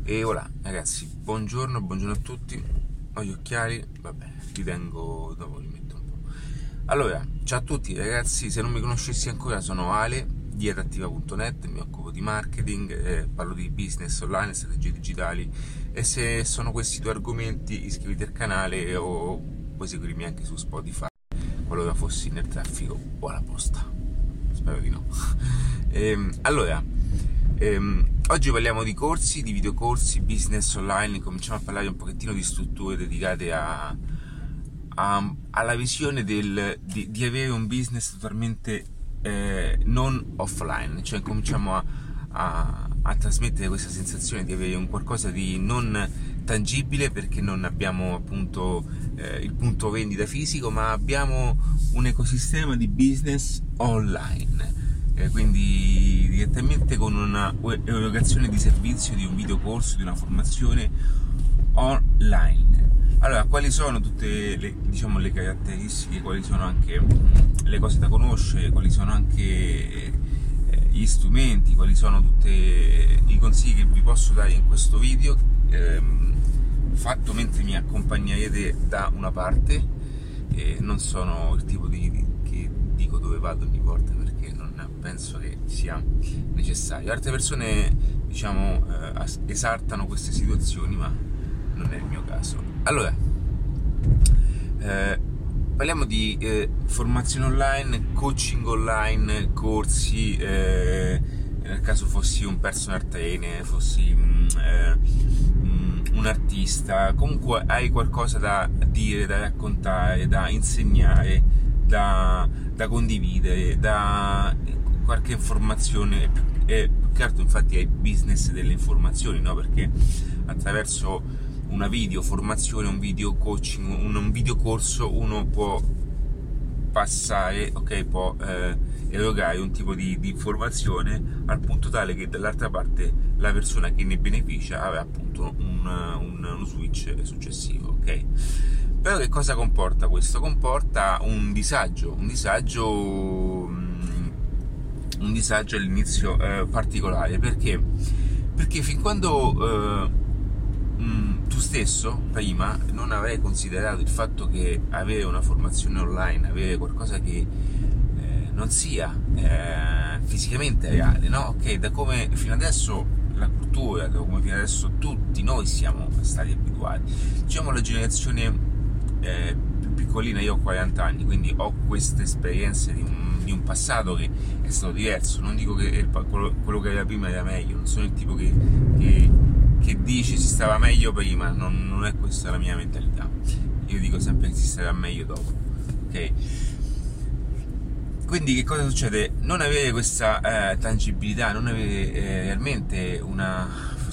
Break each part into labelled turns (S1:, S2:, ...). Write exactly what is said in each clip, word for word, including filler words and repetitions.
S1: E voilà, ragazzi, buongiorno, buongiorno a tutti. Ho gli occhiali, vabbè, li tengo, dopo li metto un po'. Allora, ciao a tutti ragazzi, se non mi conoscessi ancora sono Ale di adattiva punto net, mi occupo di marketing, eh, parlo di business online, strategie digitali, e se sono questi due argomenti iscriviti al canale o puoi seguirmi anche su Spotify qualora fossi nel traffico o alla posta. Spero di no. ehm, allora, ehm, oggi parliamo di corsi, di videocorsi, business online. Cominciamo a parlare un pochettino di strutture dedicate a, a, alla visione del, di, di avere un business totalmente eh, non offline, cioè cominciamo a, a, a trasmettere questa sensazione di avere un qualcosa di non tangibile, perché non abbiamo appunto eh, il punto vendita fisico, ma abbiamo un ecosistema di business online, eh, quindi direttamente con una erogazione di servizio, di un videocorso, di una formazione online. Allora, quali sono tutte le, diciamo, le caratteristiche, quali sono anche le cose da conoscere, quali sono anche eh, gli strumenti, quali sono tutti i consigli che vi posso dare in questo video, ehm, fatto mentre mi accompagnerete da una parte. Eh, non sono il tipo di, di che dico dove vado ogni volta, perché non penso che sia necessario. Altre persone, diciamo, eh, esaltano queste situazioni, ma non è il mio caso. Allora, eh, parliamo di eh, formazione online, coaching online, corsi, eh, nel caso fossi un personal trainer, fossi mm, eh, mm, un artista, comunque hai qualcosa da dire, da raccontare, da insegnare, da, da condividere, da qualche informazione, e più che altro infatti è il business delle informazioni, no? Perché attraverso una video formazione, un video coaching, un, un video corso, uno può passare, ok, può eh, erogare un tipo di, di informazione al punto tale che dall'altra parte la persona che ne beneficia avrà appunto un, un, uno switch successivo, ok? Però che cosa comporta questo? Comporta un disagio, un disagio, un disagio all'inizio eh, particolare, perché? Perché fin quando eh, tu stesso prima non avrei considerato il fatto che avere una formazione online, avere qualcosa che eh, non sia eh, fisicamente reale, no? Ok, da come fino adesso la cultura, da come fino adesso tutti noi siamo stati abituati, diciamo la generazione eh, più piccolina, io ho quaranta anni, quindi ho queste esperienze di un, di un passato che è stato diverso. Non dico che il, quello, quello che era prima era meglio, non sono il tipo che, che che dici si stava meglio prima, non, non è questa la mia mentalità. Io dico sempre che si starà meglio dopo, ok? Quindi che cosa succede? Non avere questa eh, tangibilità, non avere eh, realmente una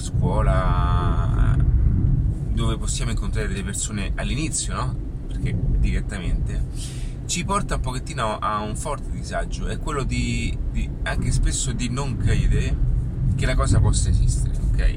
S1: scuola dove possiamo incontrare delle persone all'inizio, no? Perché direttamente ci porta un pochettino a un forte disagio, è quello di, di anche spesso di non credere che la cosa possa esistere, ok?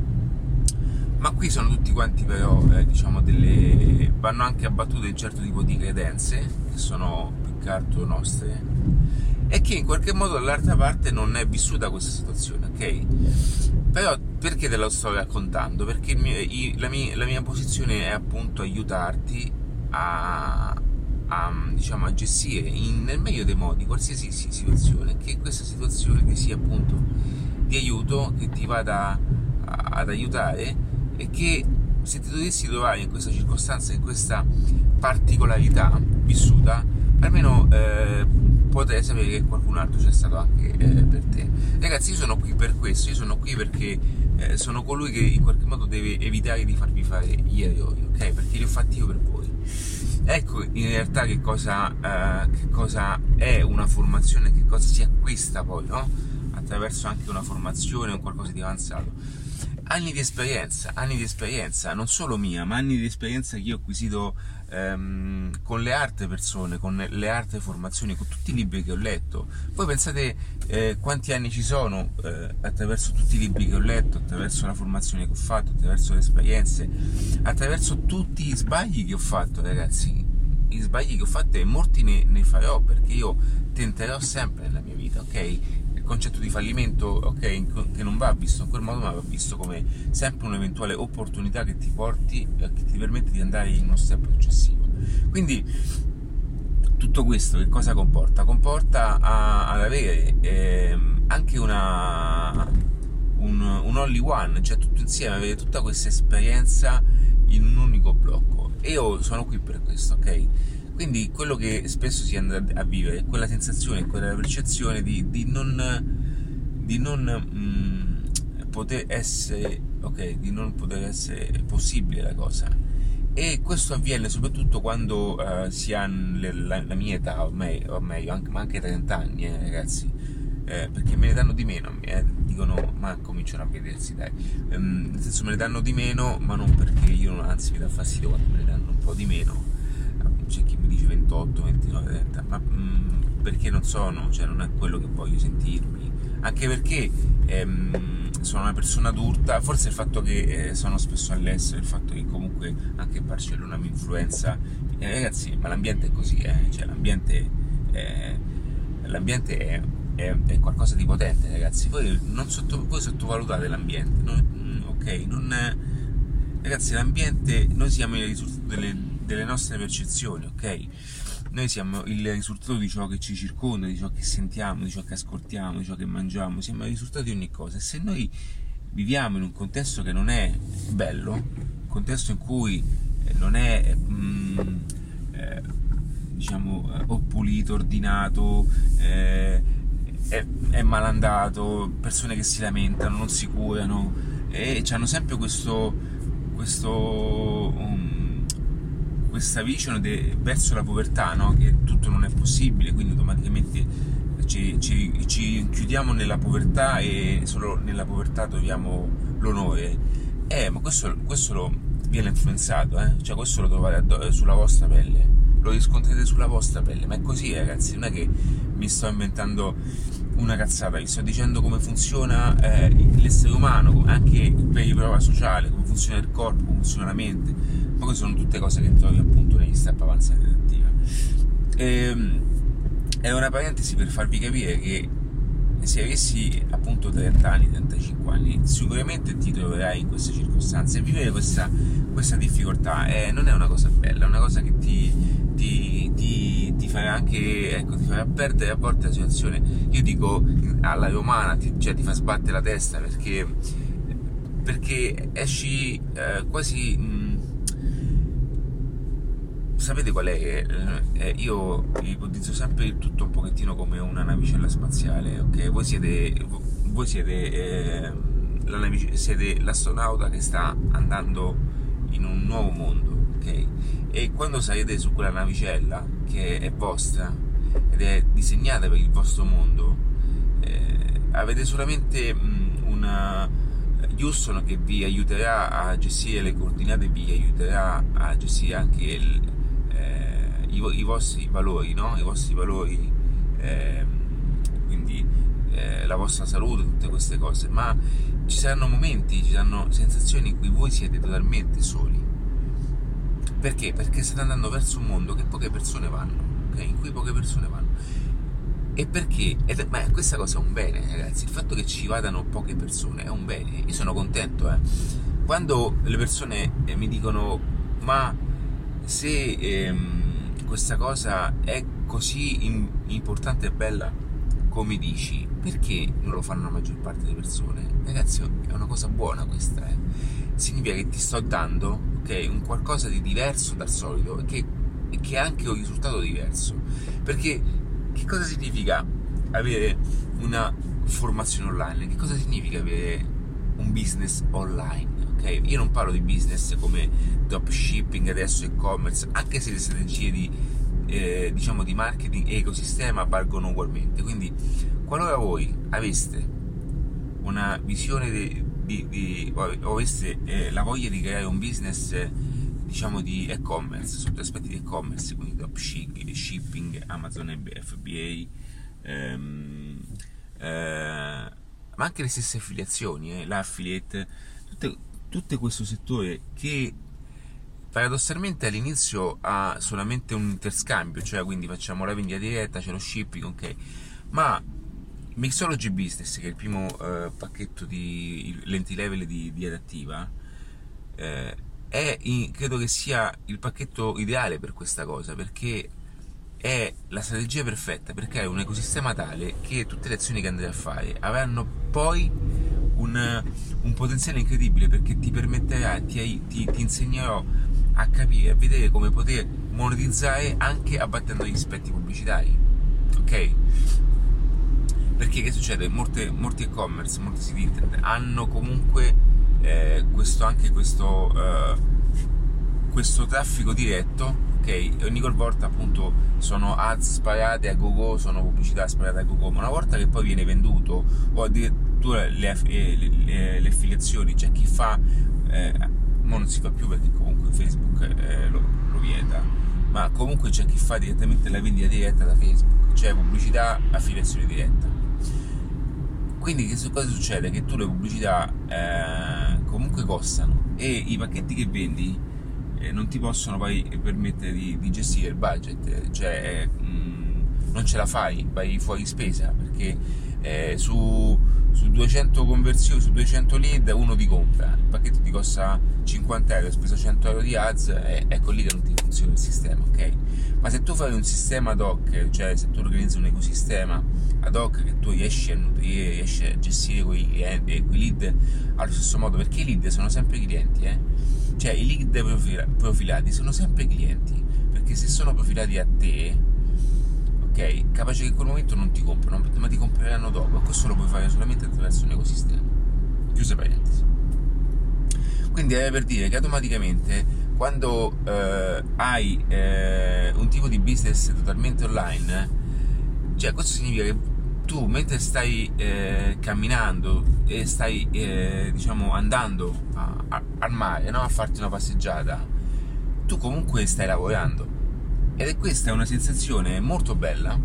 S1: Ma qui sono tutti quanti però, eh, diciamo, delle... vanno anche abbattute un certo tipo di credenze, che sono più che altro nostre, e che in qualche modo dall'altra parte non è vissuta questa situazione, ok? Però perché te la sto raccontando? Perché il mio, il, la, mia, la mia posizione è appunto aiutarti a, a, diciamo, a gestire in, nel meglio dei modi qualsiasi situazione, che questa situazione ti sia appunto di aiuto, che ti vada a, ad aiutare, e che se ti dovessi trovare in questa circostanza, in questa particolarità vissuta, almeno eh, potrai sapere che qualcun altro c'è stato anche eh, per te. Ragazzi, io sono qui per questo, io sono qui perché eh, sono colui che in qualche modo deve evitare di farvi fare gli errori, ok? Perché li ho fatti io per voi. Ecco in realtà che cosa, eh, che cosa è una formazione, che cosa si acquista poi, no? Attraverso anche una formazione o qualcosa di avanzato. Anni di esperienza, anni di esperienza, non solo mia, ma anni di esperienza che io ho acquisito ehm, con le altre persone, con le altre formazioni, con tutti i libri che ho letto. Voi pensate eh, quanti anni ci sono eh, attraverso tutti i libri che ho letto, attraverso la formazione che ho fatto, attraverso le esperienze, attraverso tutti gli sbagli che ho fatto, ragazzi. Gli sbagli che ho fatto, e molti ne, ne farò, perché io tenterò sempre nella mia vita, ok? concetto di fallimento, ok, che non va visto in quel modo, ma va visto come sempre un'eventuale opportunità che ti porti, eh, che ti permette di andare in uno step successivo. Quindi tutto questo che cosa comporta? Comporta a, ad avere eh, anche una un, un only one, cioè tutto insieme, avere tutta questa esperienza in un unico blocco. E io sono qui per questo, ok? Quindi quello che spesso si andrà a vivere è quella sensazione, quella percezione di, di non di non mh, poter essere, ok, di non poter essere possibile la cosa. E questo avviene soprattutto quando uh, si ha le, la, la mia età, o meglio, o meglio anche, ma anche trenta anni, eh, ragazzi, eh, perché me ne danno di meno, eh, dicono, ma cominciano a vedersi, dai, um, nel senso me ne danno di meno, ma non perché io, anzi mi dà fastidio quando me ne danno un po' di meno. C'è chi mi dice ventotto, ventinove, trenta, ma mh, perché non sono, cioè non è quello che voglio sentirmi, anche perché ehm, sono una persona adulta, forse il fatto che eh, sono spesso all'estero, il fatto che comunque anche Barcellona mi influenza, eh, ragazzi, ma l'ambiente è così, eh, cioè l'ambiente, è, l'ambiente è, è, è qualcosa di potente, ragazzi, voi, non sotto, voi sottovalutate l'ambiente, non, ok, non, ragazzi, l'ambiente, noi siamo il risultato delle delle nostre percezioni, ok? Noi siamo il risultato di ciò che ci circonda, di ciò che sentiamo, di ciò che ascoltiamo, di ciò che mangiamo, siamo il risultato di ogni cosa. E se noi viviamo in un contesto che non è bello, un contesto in cui non è mm, eh, diciamo o pulito, ordinato, eh, è, è malandato, persone che si lamentano, non si curano e hanno sempre questo questo um, questa vision de, verso la povertà, no? Che tutto non è possibile, quindi automaticamente ci, ci, ci chiudiamo nella povertà e solo nella povertà troviamo l'onore. Eh, ma questo, questo lo viene influenzato, eh? Cioè questo lo trovate addo- sulla vostra pelle, lo riscontrate sulla vostra pelle, ma è così, ragazzi, non è che mi sto inventando una cazzata, vi sto dicendo come funziona eh, l'essere umano, anche per la prova sociale, come funziona il corpo, come funziona la mente, ma queste sono tutte cose che trovi appunto negli step avanzati adattiva. Ehm, è una parentesi per farvi capire che se avessi appunto trenta anni, trentacinque anni, sicuramente ti troverai in queste circostanze e vivere questa, questa difficoltà eh, non è una cosa bella, è una cosa che ti, ti, ti, ti farà anche, ecco, ti farà perdere a volte la situazione. Io dico alla romana, ti, cioè ti fa sbattere la testa perché, perché esci eh, quasi... Mh, sapete qual è? Eh, io ipotizzo sempre il tutto un pochettino come una navicella spaziale, ok? Voi siete, voi siete, eh, la navic- siete l'astronauta che sta andando in un nuovo mondo, ok? E quando salite su quella navicella che è vostra ed è disegnata per il vostro mondo, eh, avete solamente mh, una Houston che vi aiuterà a gestire le coordinate, vi aiuterà a gestire anche il I, i vostri valori, no? I vostri valori, eh, quindi eh, la vostra salute, tutte queste cose, ma ci saranno momenti, ci saranno sensazioni in cui voi siete totalmente soli. Perché? Perché state andando verso un mondo che poche persone vanno, okay? In cui poche persone vanno. E perché? Ed, ma questa cosa è un bene, ragazzi, il fatto che ci vadano poche persone è un bene, io sono contento, eh. Quando le persone eh, mi dicono, ma se... Ehm, questa cosa è così importante e bella come dici, perché non lo fanno la maggior parte delle persone? Ragazzi, è una cosa buona questa, eh. Significa che ti sto dando, ok, un qualcosa di diverso dal solito e che, che ha anche un risultato diverso. Perché che cosa significa avere una formazione online? Che cosa significa avere un business online? Okay? Io non parlo di business come dropshipping, adesso e-commerce, anche se le strategie di, eh, diciamo di marketing e ecosistema valgono ugualmente. Quindi qualora voi aveste una visione di, di, di o aveste eh, la voglia di creare un business eh, diciamo di e-commerce, sotto aspetti di e-commerce, quindi dropshipping, shipping, Amazon F B A, ehm, eh, ma anche le stesse affiliazioni, eh, l'affiliate, tutte tutto questo settore che paradossalmente all'inizio ha solamente un interscambio, cioè quindi facciamo la vendita diretta, c'è lo shipping, ok, ma Mixology Business, che è il primo eh, pacchetto di l'entry level di, di Adattiva, eh, è in- credo che sia il pacchetto ideale per questa cosa, perché è la strategia perfetta per creare un ecosistema tale che tutte le azioni che andrai a fare avranno poi un, un potenziale incredibile, perché ti permetterà, ti, ti, ti insegnerò a capire, a vedere come poter monetizzare anche abbattendo gli aspetti pubblicitari, ok? Perché che succede? Molte, molti e-commerce, molti siti internet hanno comunque eh, questo, anche questo, eh, questo traffico diretto, ok? E ogni volta appunto sono ads sparate a go-go, sono pubblicità sparate a go-go, ma una volta che poi viene venduto, o addirittura le, le, le, le affiliazioni, c'è chi fa, eh, ma non si fa più perché comunque Facebook eh, lo, lo vieta, ma comunque c'è chi fa direttamente la vendita diretta da Facebook, cioè pubblicità, affiliazione diretta. Quindi che cosa succede? Che tu le pubblicità eh, comunque costano, e i pacchetti che vendi eh, non ti possono poi permettere di, di gestire il budget, cioè eh, mh, non ce la fai, vai fuori spesa, perché eh, su, su duecento conversioni, su duecento lead uno ti compra, il pacchetto ti costa cinquanta euro, hai speso cento euro di ads, e ecco lì che non ti funziona il sistema, ok? Ma se tu fai un sistema ad hoc, cioè se tu organizzi un ecosistema ad hoc che tu riesci a nutrire, riesci a gestire quei, quei lead allo stesso modo, perché i lead sono sempre clienti, eh? Cioè i lead profila, profilati sono sempre clienti, perché se sono profilati a te, ok, capace che in quel momento non ti comprano, ma ti compreranno dopo, e questo lo puoi fare solamente attraverso un ecosistema. Chiuse parentesi. Quindi è per dire che automaticamente quando eh, hai eh, un tipo di business totalmente online, cioè questo significa che tu mentre stai eh, camminando e stai eh, diciamo andando a, a, al mare, no? A farti una passeggiata, tu comunque stai lavorando, ed è questa è una sensazione molto bella,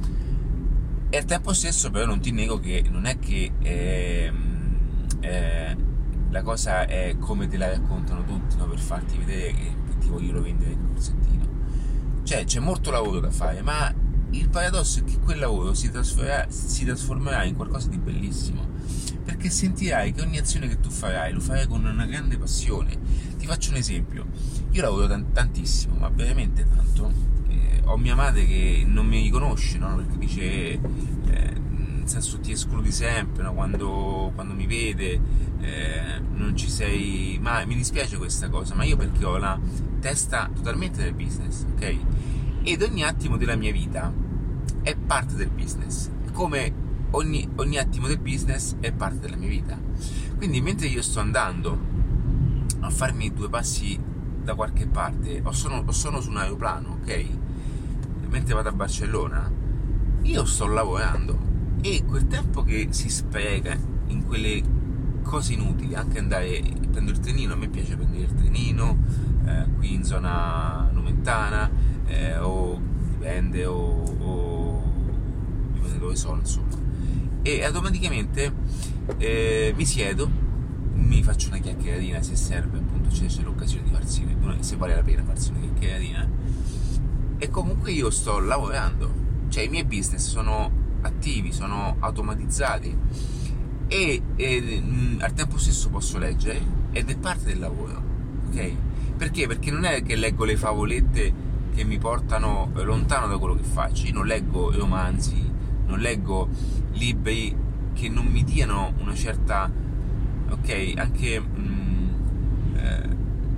S1: e al tempo stesso però non ti nego che non è che eh, eh, la cosa è come te la raccontano tutti, no? Per farti vedere che, che ti vogliono vendere il corsettino. Cioè c'è molto lavoro da fare, ma il paradosso è che quel lavoro si trasformerà, si trasformerà in qualcosa di bellissimo, perché sentirai che ogni azione che tu farai lo farai con una grande passione. Ti faccio un esempio: io lavoro tant- tantissimo, ma veramente tanto. Eh, ho mia madre che non mi riconosce, no? Perché dice eh, nel senso ti escludi sempre, no? quando, quando mi vede eh, non ci sei mai. Mi dispiace questa cosa, ma io perché ho la testa totalmente nel business, ok? Ed ogni attimo della mia vita è parte del business, come ogni, ogni attimo del business è parte della mia vita. Quindi mentre io sto andando a farmi due passi da qualche parte, o sono, o sono su un aeroplano, ok? Mentre vado a Barcellona, io sto lavorando, e quel tempo che si spreca in quelle cose inutili, anche andare, prendo il trenino, a me piace prendere il trenino eh, qui in zona Nomentana, eh, o dipende, o, o dipende dove sono, insomma, e automaticamente eh, mi siedo, mi faccio una chiacchieratina se serve, appunto c'è, c'è l'occasione di farsi, se vale la pena farsi una chiacchieratina, e comunque io sto lavorando, cioè i miei business sono attivi, sono automatizzati, e, e mh, al tempo stesso posso leggere, ed è parte del lavoro, ok? Perché? Perché non è che leggo le favolette che mi portano lontano da quello che faccio. Io non leggo romanzi, non leggo libri che non mi diano una certa, ok, anche mh, eh,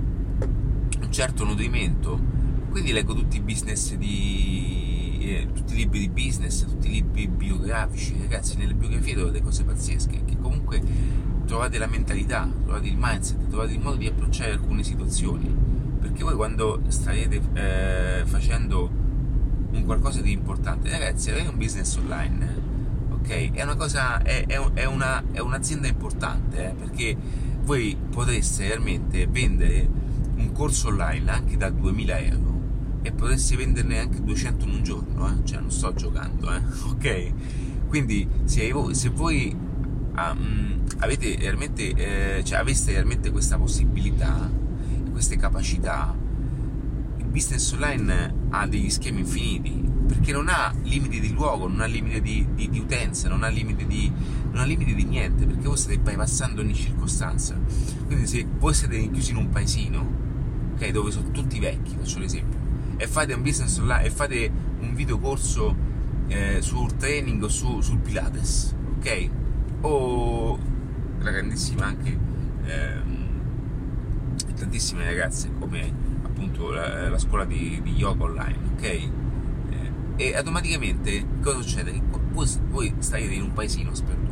S1: un certo nutrimento. Quindi leggo tutti i business di eh, tutti i libri di business, tutti i libri biografici. Ragazzi, nelle biografie trovate cose pazzesche, che comunque trovate la mentalità, trovate il mindset, trovate il modo di approcciare alcune situazioni. Perché voi quando starete eh, facendo un qualcosa di importante, ragazzi, avere un business online, ok, è una cosa, è, è, è, una, è un'azienda importante, eh, perché voi potreste realmente vendere un corso online anche da duemila euro, e potreste venderne anche duecento in un giorno, eh? Cioè non sto giocando, eh? Ok? Quindi se voi, se voi um, avete realmente, eh, cioè aveste realmente questa possibilità, queste capacità, business online ha degli schemi infiniti, perché non ha limiti di luogo, non ha limiti di, di, di utenza, non ha limiti di, non ha limiti di niente, perché voi state bypassando ogni circostanza. Quindi se voi siete chiusi in un paesino, ok, dove sono tutti vecchi, faccio l'esempio, e fate un business online e fate un videocorso eh, sul training o su, sul Pilates, ok? O la grandissima anche ehm, tantissime ragazze come appunto la, la scuola di, di yoga online, ok? Eh, e automaticamente cosa succede? Che voi, voi state in un paesino sperduto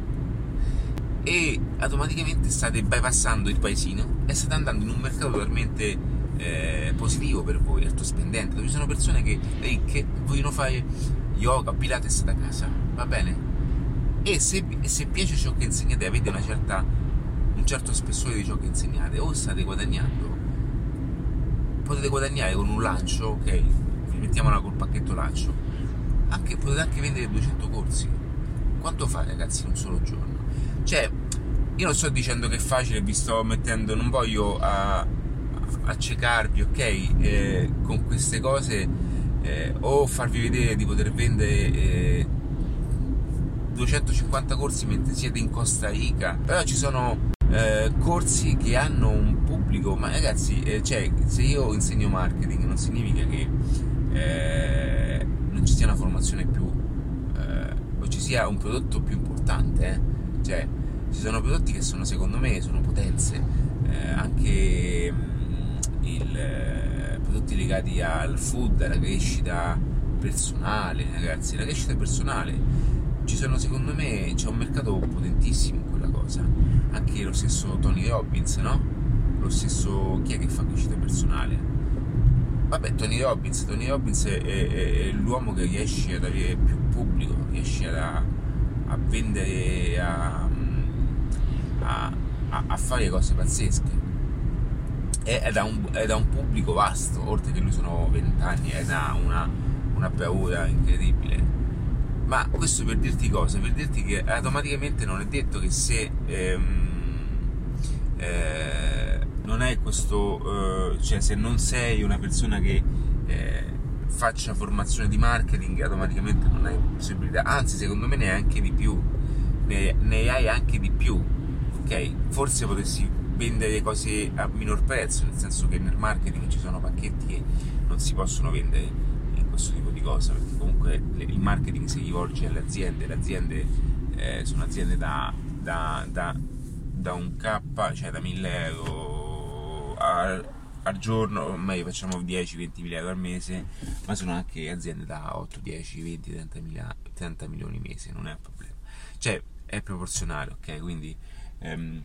S1: e automaticamente state bypassando il paesino e state andando in un mercato totalmente eh, positivo per voi, alto spendente, dove ci sono persone che ricche vogliono fare yoga, pilates da casa, va bene? E se, se piace ciò che insegnate, avete una certa, un certo spessore di ciò che insegnate, o state guadagnando, potete guadagnare con un lancio, ok? Mettiamola col pacchetto lancio, anche, potete anche vendere duecento corsi. Quanto fai, ragazzi, in un solo giorno? Cioè, io non sto dicendo che è facile, vi sto mettendo, non voglio a, a ciecarvi, ok? Eh, con queste cose, eh, o farvi vedere di poter vendere eh, duecentocinquanta corsi mentre siete in Costa Rica, però ci sono eh, corsi che hanno un pubblico, ma ragazzi, eh, cioè, se io insegno marketing non significa che eh, non ci sia una formazione più eh, o ci sia un prodotto più importante, eh? Cioè, ci sono prodotti che sono, secondo me, sono potenze, eh, anche mh, il, eh, prodotti legati al food, alla crescita personale, ragazzi, la crescita personale, ci sono, secondo me, c'è un mercato potentissimo in quella cosa, anche lo stesso Tony Robbins, no? Lo stesso, chi è che fa crescita personale? Vabbè, Tony Robbins, Tony Robbins è, è, è l'uomo che riesce ad avere più pubblico, riesce a, a vendere, a, a, a fare cose pazzesche, è da un, è da un pubblico vasto, oltre che lui sono vent'anni, è da una, una bravura incredibile. Ma questo per dirti cosa? Per dirti che automaticamente non è detto che se ehm, eh, non hai questo, eh, cioè se non sei una persona che eh, faccia formazione di marketing, automaticamente non hai possibilità, anzi secondo me ne hai anche di più, ne, ne hai anche di più, ok? Forse potresti vendere cose a minor prezzo, nel senso che nel marketing ci sono pacchetti che non si possono vendere in questo tipo di cosa, perché comunque il marketing si rivolge alle aziende, le aziende eh, sono aziende da, da, da, da un K, cioè da mille euro al, al giorno, o meglio facciamo dieci venti mila euro al mese, ma sono anche aziende da otto, dieci, venti, trenta milioni al mese, non è un problema, cioè è proporzionale, ok? Quindi ehm,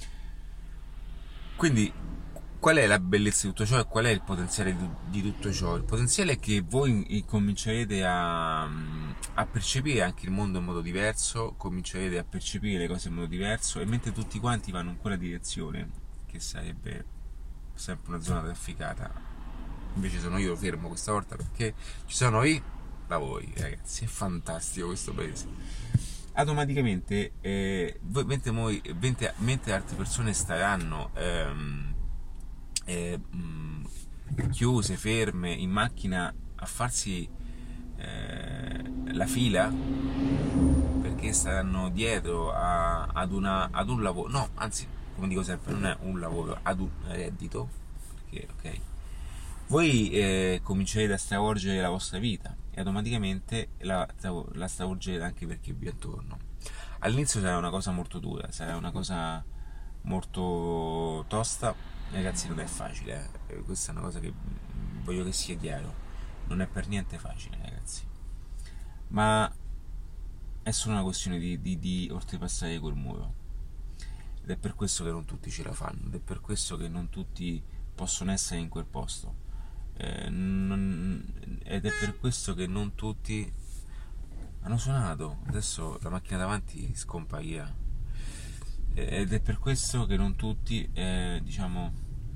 S1: quindi qual è la bellezza di tutto ciò e qual è il potenziale di, di tutto ciò? Il potenziale è che voi comincerete a, a percepire anche il mondo in modo diverso, comincerete a percepire le cose in modo diverso, e mentre tutti quanti vanno in quella direzione, che sarebbe sempre una zona trafficata, invece sono io fermo questa volta perché ci sono i lavori, ragazzi, è fantastico questo paese. Automaticamente, eh, mentre, voi, mentre, mentre altre persone staranno ehm, eh, mh, chiuse, ferme, in macchina a farsi eh, la fila, perché staranno dietro a, ad, una, ad un lavoro, no, anzi, come dico sempre, non è un lavoro, ad un reddito, perché, ok, voi eh, comincerete a stravolgere la vostra vita e automaticamente la, la stravolgerete anche per chi vi è attorno. All'inizio sarà una cosa molto dura, sarà una cosa molto tosta, ragazzi, non è facile, eh. Questa è una cosa che voglio che sia chiaro, non è per niente facile, ragazzi, ma è solo una questione di, di, di oltrepassare quel muro, ed è per questo che non tutti ce la fanno, ed è per questo che non tutti possono essere in quel posto. Eh, non, ed è per questo che non tutti hanno suonato, adesso la macchina davanti scomparirà, ed è per questo che non tutti eh, diciamo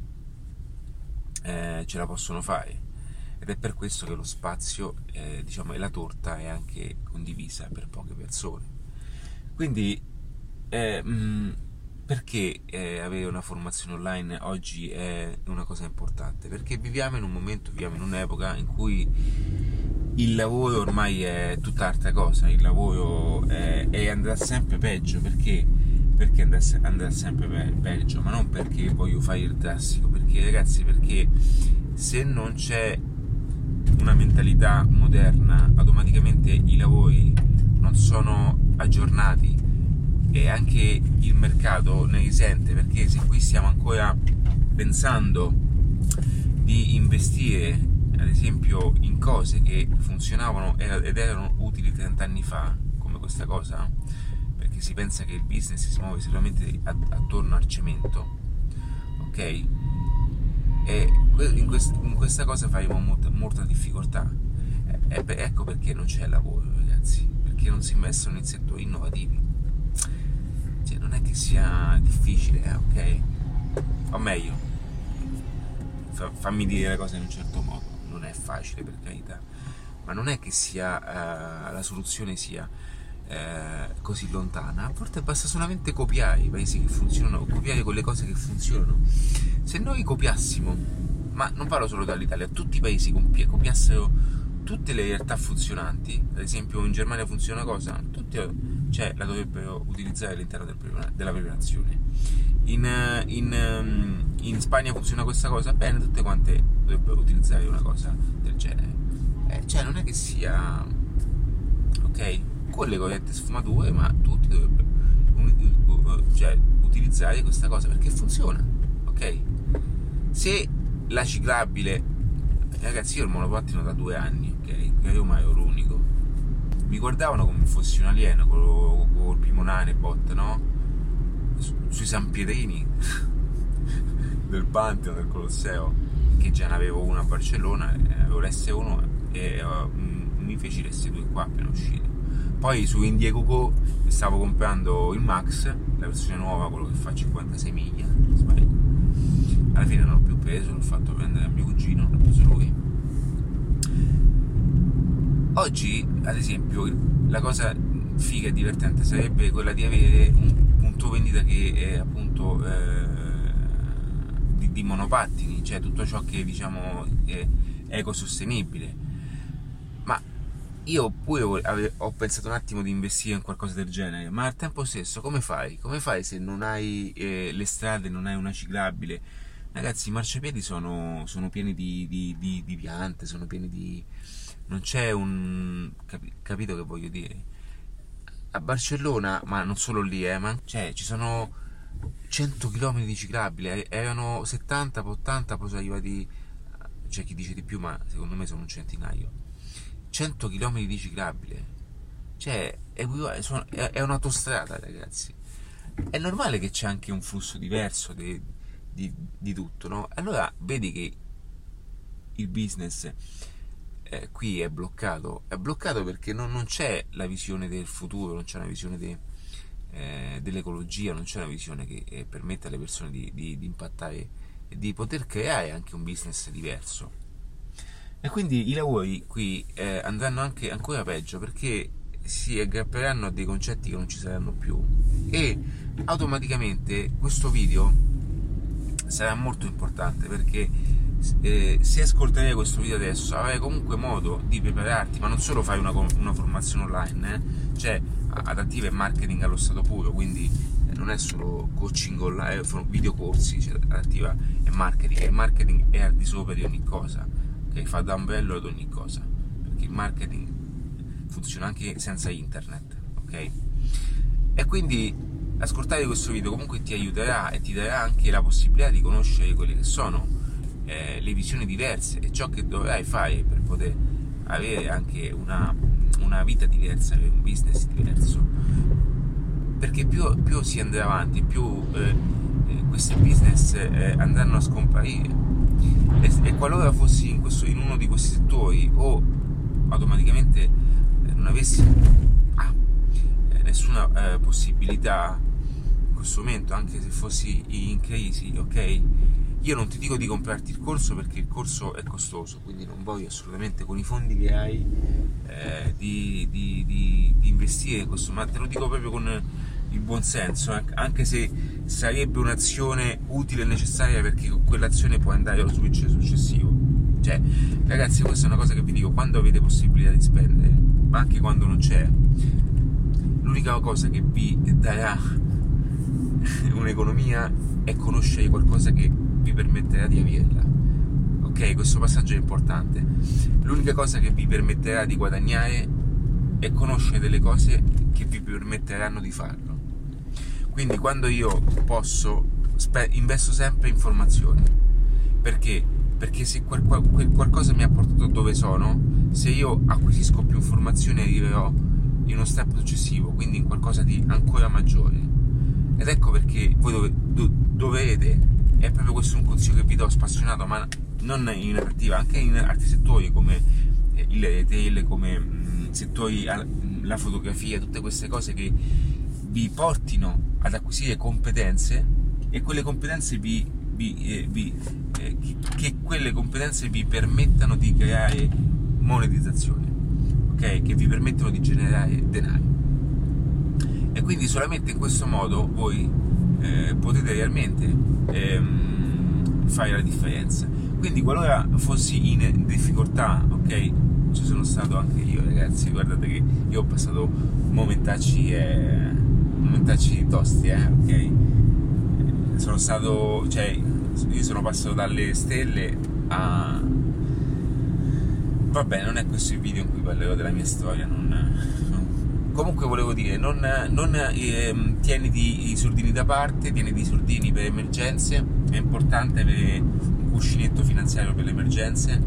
S1: eh, ce la possono fare, ed è per questo che lo spazio eh, diciamo, e la torta è anche condivisa per poche persone. Quindi eh, mh, perché eh, avere una formazione online oggi è una cosa importante? Perché viviamo in un momento, viviamo in un'epoca in cui il lavoro ormai è tutt'altra cosa, il lavoro è, è andrà sempre peggio. Perché? Perché andrà, andrà sempre pe- peggio, ma non perché voglio fare il drastico, perché ragazzi, perché se non c'è una mentalità moderna, automaticamente i lavori non sono aggiornati e anche il mercato ne risente, perché se qui stiamo ancora pensando di investire ad esempio in cose che funzionavano ed erano utili trenta anni fa, come questa cosa, perché si pensa che il business si muove solamente attorno al cemento, ok? E in, quest- in questa cosa faremo molta, molta difficoltà. E beh, ecco perché non c'è lavoro, ragazzi, perché non si investono in settori innovativi. Cioè, non è che sia difficile, eh, ok? O meglio, fa- fammi dire le cose in un certo modo, non è facile, per carità, ma non è che sia uh, la soluzione sia uh, così lontana. A volte basta solamente copiare i paesi che funzionano, copiare quelle cose che funzionano. Se noi copiassimo, ma non parlo solo dall'Italia, tutti i paesi copi- copiassero tutte le realtà funzionanti, ad esempio in Germania funziona una cosa, tutti, cioè, la dovrebbero utilizzare all'interno del, della propria nazione. In, in, in Spagna funziona questa cosa, bene, tutte quante dovrebbero utilizzare una cosa del genere. Eh, cioè, non è che sia, ok, con le corrette sfumature, ma tutti dovrebbero cioè, utilizzare questa cosa perché funziona, ok? Se la ciclabile, ragazzi, io il monopattino da due anni, ok? Che io mai ero l'unico. Mi guardavano come fossi un alieno col, col pimonane bot, no? Su, sui San Pietrini del Pantheon, del Colosseo, che già ne avevo una a Barcellona, avevo l'esse uno e uh, mi feci l'esse due qua appena uscito. Poi su Indiegogo stavo comprando il Max, la versione nuova, quello che fa cinquantasei miglia, sbaglio. Alla fine non l'ho più preso, l'ho fatto prendere a mio cugino, l'ho preso lui. Oggi, ad esempio, la cosa figa e divertente sarebbe quella di avere un punto vendita che è appunto eh, di, di monopattini, cioè tutto ciò che diciamo è ecosostenibile. Ma io pure ave, ho pensato un attimo di investire in qualcosa del genere, ma al tempo stesso come fai? Come fai se non hai eh, le strade, non hai una ciclabile? Ragazzi, i marciapiedi sono, sono pieni di, di, di, di piante, sono pieni di... non c'è un... Capi, capito che voglio dire? A Barcellona, ma non solo lì, eh, ma cioè, ci sono cento chilometri di ciclabile, erano settanta, poi ottanta, poi sono arrivati... c'è chi dice di più, ma secondo me sono un centinaio. cento chilometri di ciclabile, cioè, è, è, è un'autostrada, ragazzi. È normale che c'è anche un flusso diverso di, di, di tutto, no? Allora, vedi che il business... Eh, qui è bloccato, è bloccato perché non, non c'è la visione del futuro, non c'è una visione de, eh, dell'ecologia, non c'è una visione che eh, permetta alle persone di, di, di impattare e di poter creare anche un business diverso. E quindi i lavori qui eh, andranno anche ancora peggio perché si aggrapperanno a dei concetti che non ci saranno più e automaticamente questo video sarà molto importante perché Eh, se ascolterai questo video adesso avrai comunque modo di prepararti, ma non solo fai una, una formazione online, eh? Cioè adattiva e marketing allo stato puro, quindi eh, non è solo coaching online, video corsi, cioè adattiva e marketing, e marketing è al di sopra di ogni cosa, ok? Fa da ombrello ad ogni cosa, perché il marketing funziona anche senza internet, ok? E quindi ascoltare questo video comunque ti aiuterà e ti darà anche la possibilità di conoscere quelle che sono Eh, le visioni diverse e ciò che dovrai fare per poter avere anche una, una vita diversa, avere un business diverso, perché più, più si andrà avanti, più eh, eh, questi business eh, andranno a scomparire e, e qualora fossi in, questo, in uno di questi settori o automaticamente eh, non avessi ah, eh, nessuna eh, possibilità in questo momento, anche se fossi in crisi, ok? Io non ti dico di comprarti il corso perché il corso è costoso, quindi non voglio assolutamente con i fondi che hai eh, di, di, di, di investire in questo, ma te lo dico proprio con, il buon senso, anche se sarebbe un'azione utile e necessaria, perché con quell'azione può andare allo switch successivo. Cioè, ragazzi, questa è una cosa che vi dico: quando avete possibilità di spendere, ma anche quando non c'è, l'unica cosa che vi darà un'economia è conoscere qualcosa che vi permetterà di averla. Ok, questo passaggio è importante. L'unica cosa che vi permetterà di guadagnare è conoscere delle cose che vi permetteranno di farlo. Quindi quando io posso, spe- investo sempre in formazione. Perché? Perché se quel, quel qualcosa mi ha portato dove sono, se io acquisisco più informazioni arriverò in uno step successivo, quindi in qualcosa di ancora maggiore. Ed ecco perché voi dove, do, dovete, è proprio questo un consiglio che vi do spassionato, ma non in narrativa, anche in altri settori come eh, il retail, come mh, settori, la fotografia, tutte queste cose che vi portino ad acquisire competenze, e quelle competenze vi, vi, eh, vi eh, che quelle competenze vi permettano di creare monetizzazione, ok? Che vi permettono di generare denaro. E quindi solamente in questo modo voi eh, potete realmente ehm, fare la differenza. Quindi qualora fossi in difficoltà, ok, ci sono stato anche io, ragazzi, guardate che io ho passato momentacci eh, momentacci tosti, eh, ok, sono stato, cioè io sono passato dalle stelle a... vabbè, non è questo il video in cui parlerò della mia storia, non, non... comunque volevo dire, non, non eh, tieniti i soldini da parte, tieniti i soldini per emergenze, è importante avere un cuscinetto finanziario per le emergenze,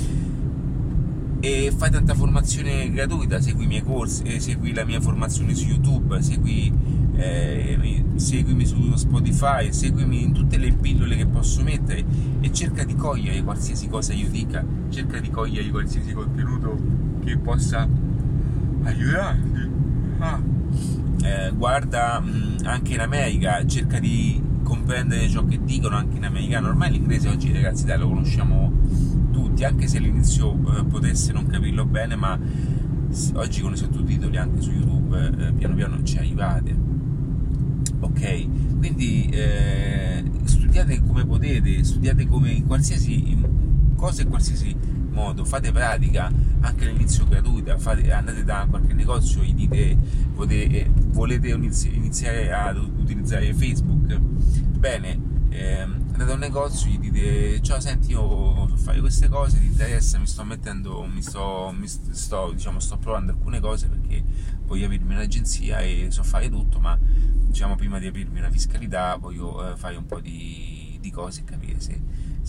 S1: e fai tanta formazione gratuita, segui i miei corsi, eh, segui la mia formazione su YouTube, segui, eh, seguimi su Spotify, seguimi in tutte le pillole che posso mettere, e cerca di cogliere qualsiasi cosa io dica, cerca di cogliere qualsiasi contenuto che possa aiutarti. Ah. Eh, guarda mh, anche in America, cerca di comprendere ciò che dicono anche in americano. Ormai l'inglese oggi, ragazzi, dai, lo conosciamo tutti, anche se all'inizio eh, potesse non capirlo bene, ma oggi con i sottotitoli anche su YouTube eh, piano piano ci arrivate, ok? Quindi eh, studiate come potete, studiate come in qualsiasi cosa, in qualsiasi modo, fate pratica anche all'inizio gratuita, fate, andate da qualche negozio, gli dite potete, volete iniziare ad utilizzare Facebook, bene, eh, andate a un negozio, gli dite ciao, senti, io so fare queste cose, ti interessa? Mi sto mettendo, mi sto, mi sto, diciamo, sto provando alcune cose perché voglio aprirmi un'agenzia e so fare tutto, ma diciamo prima di aprirmi una fiscalità voglio eh, fare un po' di, di cose e capire se,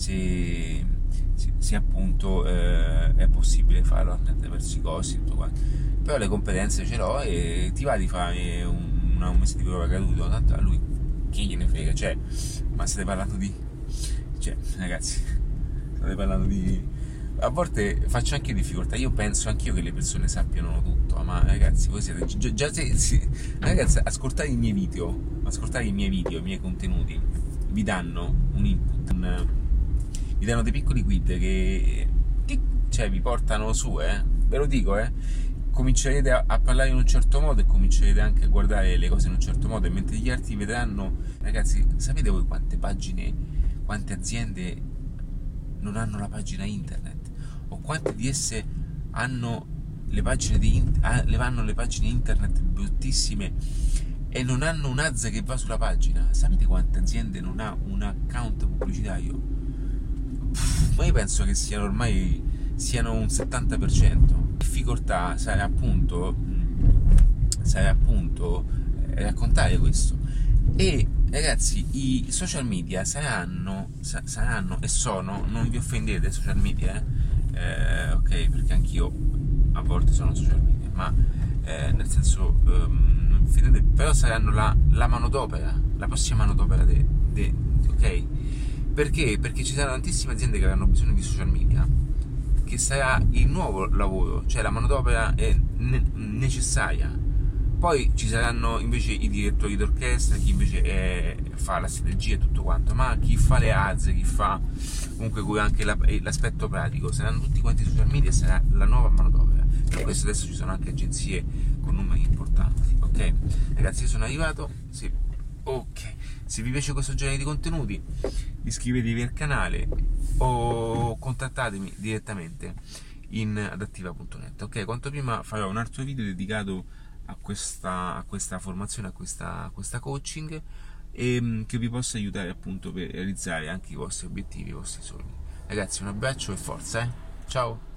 S1: se, se, se appunto eh, è possibile farlo attraverso i costi, tutto quanto. Però le competenze ce l'ho, e ti va di fare un, un mese di prova gratuito, tanto a lui chi gliene frega, cioè, ma state parlando di, cioè, ragazzi, state parlando di, a volte faccio anche difficoltà, io penso anch'io che le persone sappiano tutto, ma ragazzi, voi siete già, già se, se, ragazzi, ascoltate i miei video, ascoltate i miei video, i miei contenuti, vi danno un input, un, vi danno dei piccoli quid che, cioè, vi portano su, eh, ve lo dico, eh. Comincerete a, a parlare in un certo modo, e comincerete anche a guardare le cose in un certo modo, e mentre gli altri vedranno, ragazzi, sapete voi quante pagine, quante aziende non hanno la pagina internet, o quante di esse hanno le pagine di le vanno le pagine internet bruttissime e non hanno un ads che va sulla pagina? Sapete quante aziende non ha un account pubblicitario? Pff, ma io penso che siano ormai siano un settanta per cento. Difficoltà sarà appunto sarà appunto eh, raccontare questo, e ragazzi, i social media saranno sa- saranno e sono, non vi offendete social media, eh? Eh, ok, perché anch'io a volte sono social media, ma eh, nel senso um, non vi offendete, però saranno la, la manodopera, la prossima manodopera de, de, de, ok? Perché? Perché ci saranno tantissime aziende che avranno bisogno di social media, che sarà il nuovo lavoro, cioè la manodopera è ne- necessaria. Poi ci saranno invece i direttori d'orchestra, chi invece è, fa la strategia e tutto quanto, ma chi fa le ads, chi fa comunque cura anche la, l'aspetto pratico, saranno tutti quanti social media, sarà la nuova manodopera. Per questo adesso ci sono anche agenzie con numeri importanti. ok ragazzi, io sono arrivato, sì, ok, se vi piace questo genere di contenuti iscrivetevi al canale o contattatemi direttamente in adattiva punto net, ok? Quanto prima farò un altro video dedicato a questa, a questa formazione, a questa, a questa coaching, e che vi possa aiutare appunto per realizzare anche i vostri obiettivi, i vostri sogni. Ragazzi, un abbraccio e forza, eh? Ciao!